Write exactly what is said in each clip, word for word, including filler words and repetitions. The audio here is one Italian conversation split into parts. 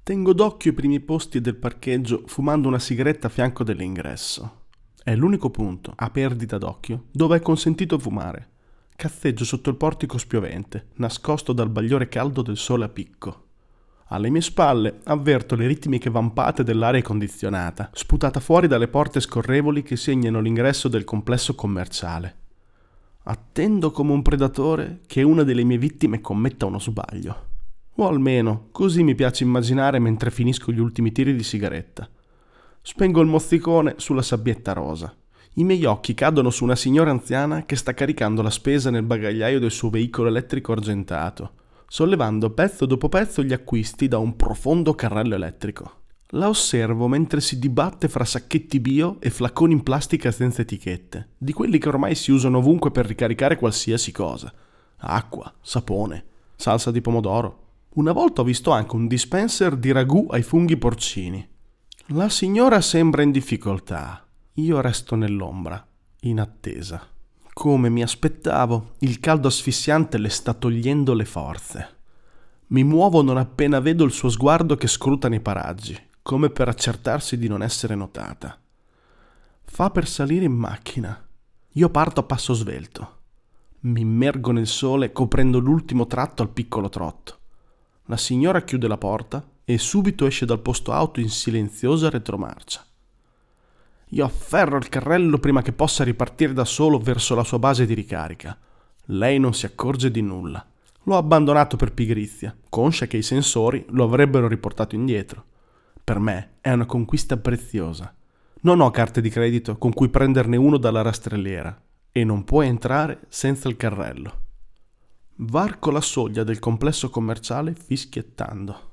Tengo d'occhio i primi posti del parcheggio fumando una sigaretta a fianco dell'ingresso. È l'unico punto, a perdita d'occhio, dove è consentito fumare. Cazzeggio sotto il portico spiovente, nascosto dal bagliore caldo del sole a picco. Alle mie spalle avverto le ritmiche vampate dell'aria condizionata, sputata fuori dalle porte scorrevoli che segnano l'ingresso del complesso commerciale. Attendo come un predatore che una delle mie vittime commetta uno sbaglio. O almeno, così mi piace immaginare mentre finisco gli ultimi tiri di sigaretta. Spengo il mozzicone sulla sabbietta rosa. I miei occhi cadono su una signora anziana che sta caricando la spesa nel bagagliaio del suo veicolo elettrico argentato, sollevando pezzo dopo pezzo gli acquisti da un profondo carrello elettrico. La osservo mentre si dibatte fra sacchetti bio e flaconi in plastica senza etichette, di quelli che ormai si usano ovunque per ricaricare qualsiasi cosa. Acqua, sapone, salsa di pomodoro. Una volta ho visto anche un dispenser di ragù ai funghi porcini. La signora sembra in difficoltà. Io resto nell'ombra, in attesa. Come mi aspettavo, il caldo asfissiante le sta togliendo le forze. Mi muovo non appena vedo il suo sguardo che scruta i paraggi, come per accertarsi di non essere notata. Fa per salire in macchina. Io parto a passo svelto. Mi immergo nel sole coprendo l'ultimo tratto al piccolo trotto. La signora chiude la porta e subito esce dal posto auto in silenziosa retromarcia. Io afferro il carrello prima che possa ripartire da solo verso la sua base di ricarica. Lei non si accorge di nulla. L'ho abbandonato per pigrizia, conscia che i sensori lo avrebbero riportato indietro. Per me è una conquista preziosa. Non ho carte di credito con cui prenderne uno dalla rastrelliera e non può entrare senza il carrello. Varco la soglia del complesso commerciale fischiettando.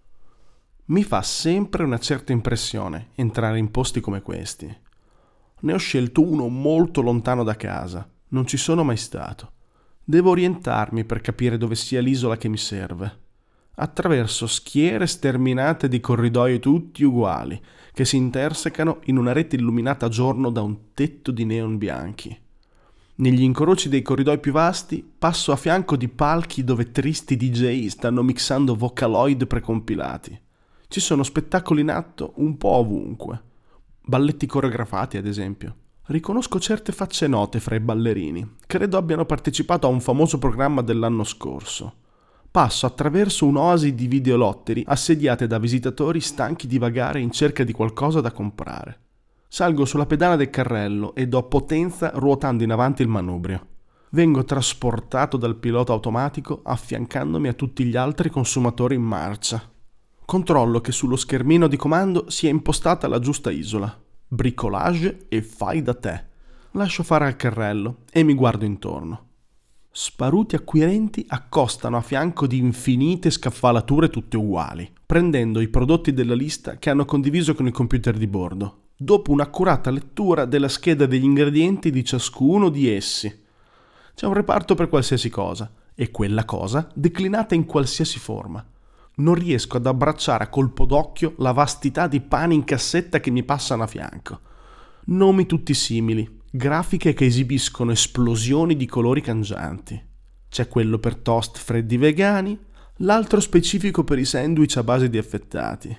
Mi fa sempre una certa impressione entrare in posti come questi. Ne ho scelto uno molto lontano da casa, non ci sono mai stato. Devo orientarmi per capire dove sia l'isola che mi serve. Attraverso schiere sterminate di corridoi tutti uguali, che si intersecano in una rete illuminata a giorno da un tetto di neon bianchi. Negli incroci dei corridoi più vasti passo a fianco di palchi dove tristi D J stanno mixando vocaloid precompilati. Ci sono spettacoli in atto un po' ovunque. Balletti coreografati, ad esempio. Riconosco certe facce note fra i ballerini. Credo abbiano partecipato a un famoso programma dell'anno scorso. Passo attraverso un'oasi di videolotteri assediate da visitatori stanchi di vagare in cerca di qualcosa da comprare. Salgo sulla pedana del carrello e do potenza ruotando in avanti il manubrio. Vengo trasportato dal pilota automatico affiancandomi a tutti gli altri consumatori in marcia. Controllo che sullo schermino di comando sia impostata la giusta isola. Bricolage e fai da te. Lascio fare al carrello e mi guardo intorno. Sparuti acquirenti accostano a fianco di infinite scaffalature tutte uguali, prendendo i prodotti della lista che hanno condiviso con il computer di bordo, dopo un'accurata lettura della scheda degli ingredienti di ciascuno di essi. C'è un reparto per qualsiasi cosa, e quella cosa declinata in qualsiasi forma. Non riesco ad abbracciare a colpo d'occhio la vastità di pani in cassetta che mi passano a fianco. Nomi tutti simili, grafiche che esibiscono esplosioni di colori cangianti. C'è quello per toast freddi vegani, l'altro specifico per i sandwich a base di affettati.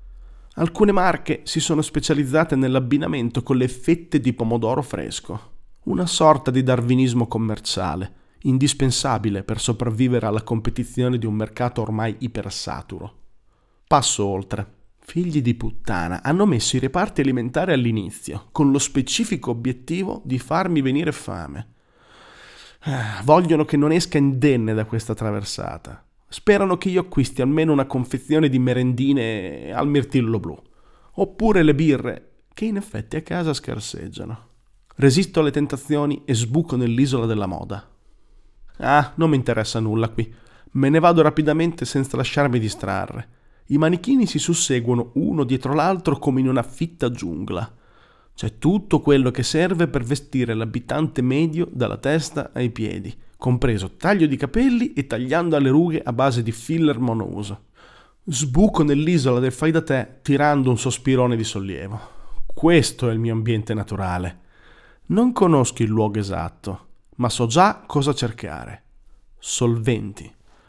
Alcune marche si sono specializzate nell'abbinamento con le fette di pomodoro fresco, una sorta di darwinismo commerciale, indispensabile per sopravvivere alla competizione di un mercato ormai ipersaturo. Passo oltre. Figli di puttana, hanno messo i reparti alimentari all'inizio, con lo specifico obiettivo di farmi venire fame. Ah, vogliono che non esca indenne da questa traversata. Sperano che io acquisti almeno una confezione di merendine al mirtillo blu, oppure le birre, che in effetti a casa scarseggiano. Resisto alle tentazioni e sbuco nell'isola della moda. Ah, non mi interessa nulla qui. Me ne vado rapidamente senza lasciarmi distrarre. I manichini si susseguono uno dietro l'altro come in una fitta giungla. C'è tutto quello che serve per vestire l'abitante medio dalla testa ai piedi, compreso taglio di capelli e tagliando alle rughe a base di filler monouso. Sbuco nell'isola del fai da te tirando un sospirone di sollievo. Questo è il mio ambiente naturale. Non conosco il luogo esatto, ma so già cosa cercare. Solventi.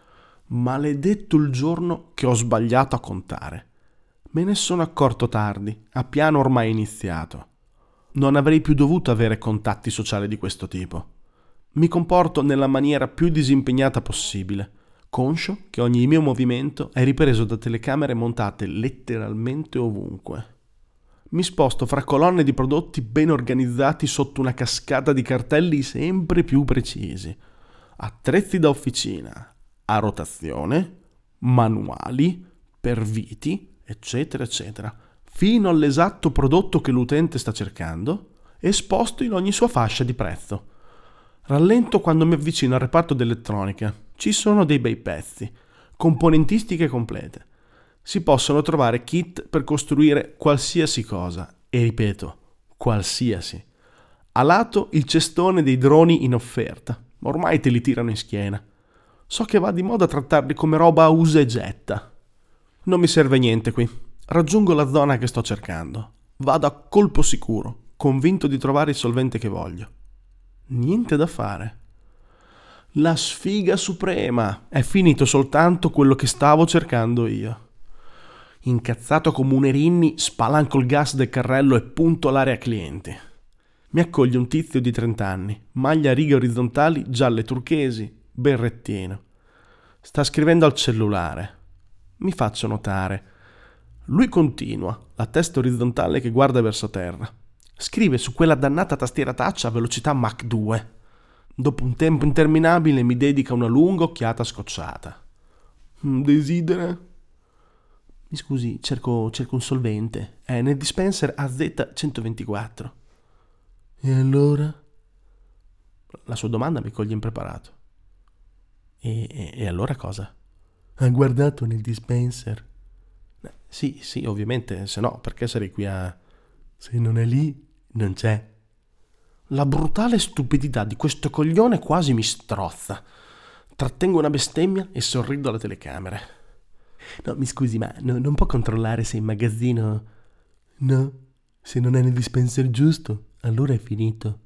Maledetto il giorno che ho sbagliato a contare. Me ne sono accorto tardi, a piano ormai iniziato. Non avrei più dovuto avere contatti sociali di questo tipo. Mi comporto nella maniera più disimpegnata possibile, conscio che ogni mio movimento è ripreso da telecamere montate letteralmente ovunque. Mi sposto fra colonne di prodotti ben organizzati sotto una cascata di cartelli sempre più precisi. Attrezzi da officina, a rotazione, manuali, perviti, eccetera, eccetera, fino all'esatto prodotto che l'utente sta cercando, esposto in ogni sua fascia di prezzo. Rallento quando mi avvicino al reparto d'elettronica. Ci sono dei bei pezzi, componentistiche complete. Si possono trovare kit per costruire qualsiasi cosa, e ripeto, qualsiasi. A lato il cestone dei droni in offerta, ormai te li tirano in schiena. So che va di moda trattarli come roba usa e getta. Non mi serve niente qui. Raggiungo la zona che sto cercando. Vado a colpo sicuro, convinto di trovare il solvente che voglio. Niente da fare. La sfiga suprema! È finito soltanto quello che stavo cercando io. Incazzato come un erinni, spalanco il gas del carrello e punto l'area clienti. Mi accoglie un tizio di trenta anni, maglia a righe orizzontali gialle turchesi, berrettino. Sta scrivendo al cellulare. Mi faccio notare. Lui continua, la testa orizzontale che guarda verso terra. Scrive su quella dannata tastiera touch a velocità Mach due. Dopo un tempo interminabile mi dedica una lunga occhiata scocciata. Desidera? Mi scusi, cerco, cerco un solvente. È nel dispenser A Z centoventiquattro. E allora? La sua domanda mi coglie impreparato. E, e, e allora cosa? Ha guardato nel dispenser? Eh, sì, sì, ovviamente, se no, perché sarei qui a... Se non è lì, non c'è. La brutale stupidità di questo coglione quasi mi strozza. Trattengo una bestemmia e sorrido alle telecamere. No, mi scusi, ma no, non può controllare se in magazzino... No, se non è nel dispenser giusto, allora è finito.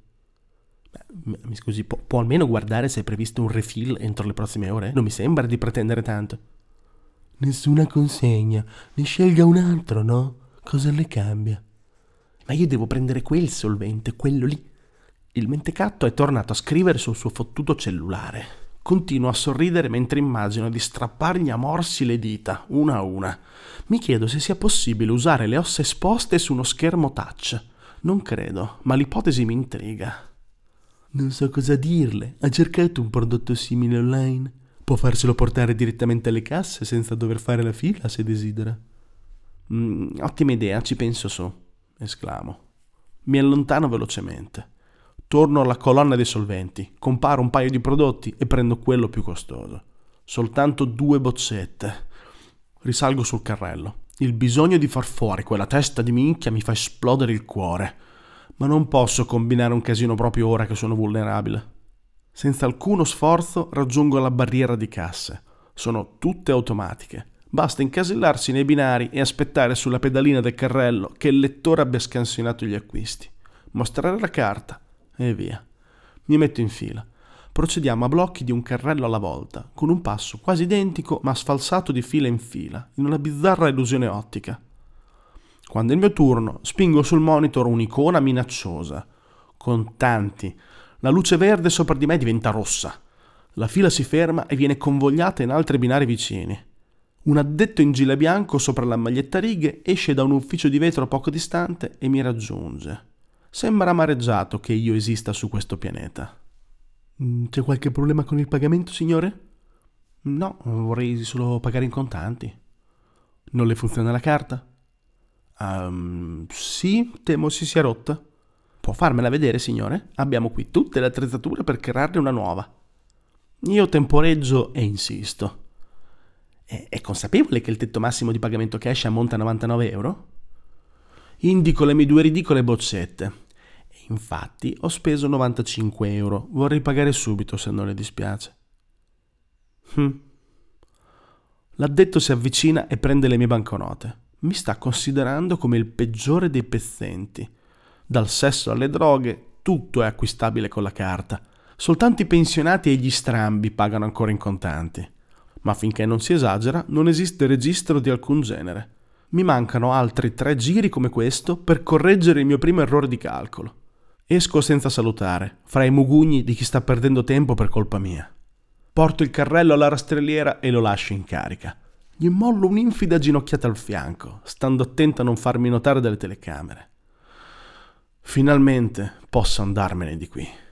Ma, mi scusi, può, può almeno guardare se è previsto un refill entro le prossime ore? Non mi sembra di pretendere tanto. Nessuna consegna, ne scelga un altro, no? Cosa le cambia? Ma io devo prendere quel solvente, quello lì. Il mentecatto è tornato a scrivere sul suo fottuto cellulare. Continuo a sorridere mentre immagino di strappargli a morsi le dita, una a una. Mi chiedo se sia possibile usare le ossa esposte su uno schermo touch. Non credo, ma l'ipotesi mi intriga. Non so cosa dirle. Ha cercato un prodotto simile online? Può farselo portare direttamente alle casse senza dover fare la fila se desidera. Mm, ottima idea, ci penso su, esclamo. Mi allontano velocemente. Torno alla colonna dei solventi, comparo un paio di prodotti e prendo quello più costoso. Soltanto due boccette. Risalgo sul carrello. Il bisogno di far fuori quella testa di minchia mi fa esplodere il cuore. Ma non posso combinare un casino proprio ora che sono vulnerabile. Senza alcuno sforzo raggiungo la barriera di casse. Sono tutte automatiche. Basta incasellarsi nei binari e aspettare sulla pedalina del carrello che il lettore abbia scansionato gli acquisti. Mostrare la carta. E via. Mi metto in fila. Procediamo a blocchi di un carrello alla volta, con un passo quasi identico ma sfalsato di fila in fila, in una bizzarra illusione ottica. Quando è il mio turno, spingo sul monitor un'icona minacciosa. Contanti. La luce verde sopra di me diventa rossa. La fila si ferma e viene convogliata in altri binari vicini. Un addetto in gilet bianco sopra la maglietta a righe esce da un ufficio di vetro poco distante e mi raggiunge. Sembra amareggiato che io esista su questo pianeta. C'è qualche problema con il pagamento, signore? No, vorrei solo pagare in contanti. Non le funziona la carta? Um, sì, temo si sia rotta. Può farmela vedere, signore? Abbiamo qui tutte le attrezzature per crearne una nuova. Io temporeggio e insisto. È, è consapevole che il tetto massimo di pagamento cash ammonta a novantanove euro? Indico le mie due ridicole boccette. E infatti ho speso novantacinque euro. Vorrei pagare subito se non le dispiace. Hm. L'addetto si avvicina e prende le mie banconote. Mi sta considerando come il peggiore dei pezzenti. Dal sesso alle droghe, tutto è acquistabile con la carta. Soltanto i pensionati e gli strambi pagano ancora in contanti. Ma finché non si esagera, non esiste registro di alcun genere. Mi mancano altri tre giri come questo per correggere il mio primo errore di calcolo. Esco senza salutare, fra i mugugni di chi sta perdendo tempo per colpa mia. Porto il carrello alla rastrelliera e lo lascio in carica. Gli mollo un'infida ginocchiata al fianco, stando attento a non farmi notare dalle telecamere. Finalmente posso andarmene di qui.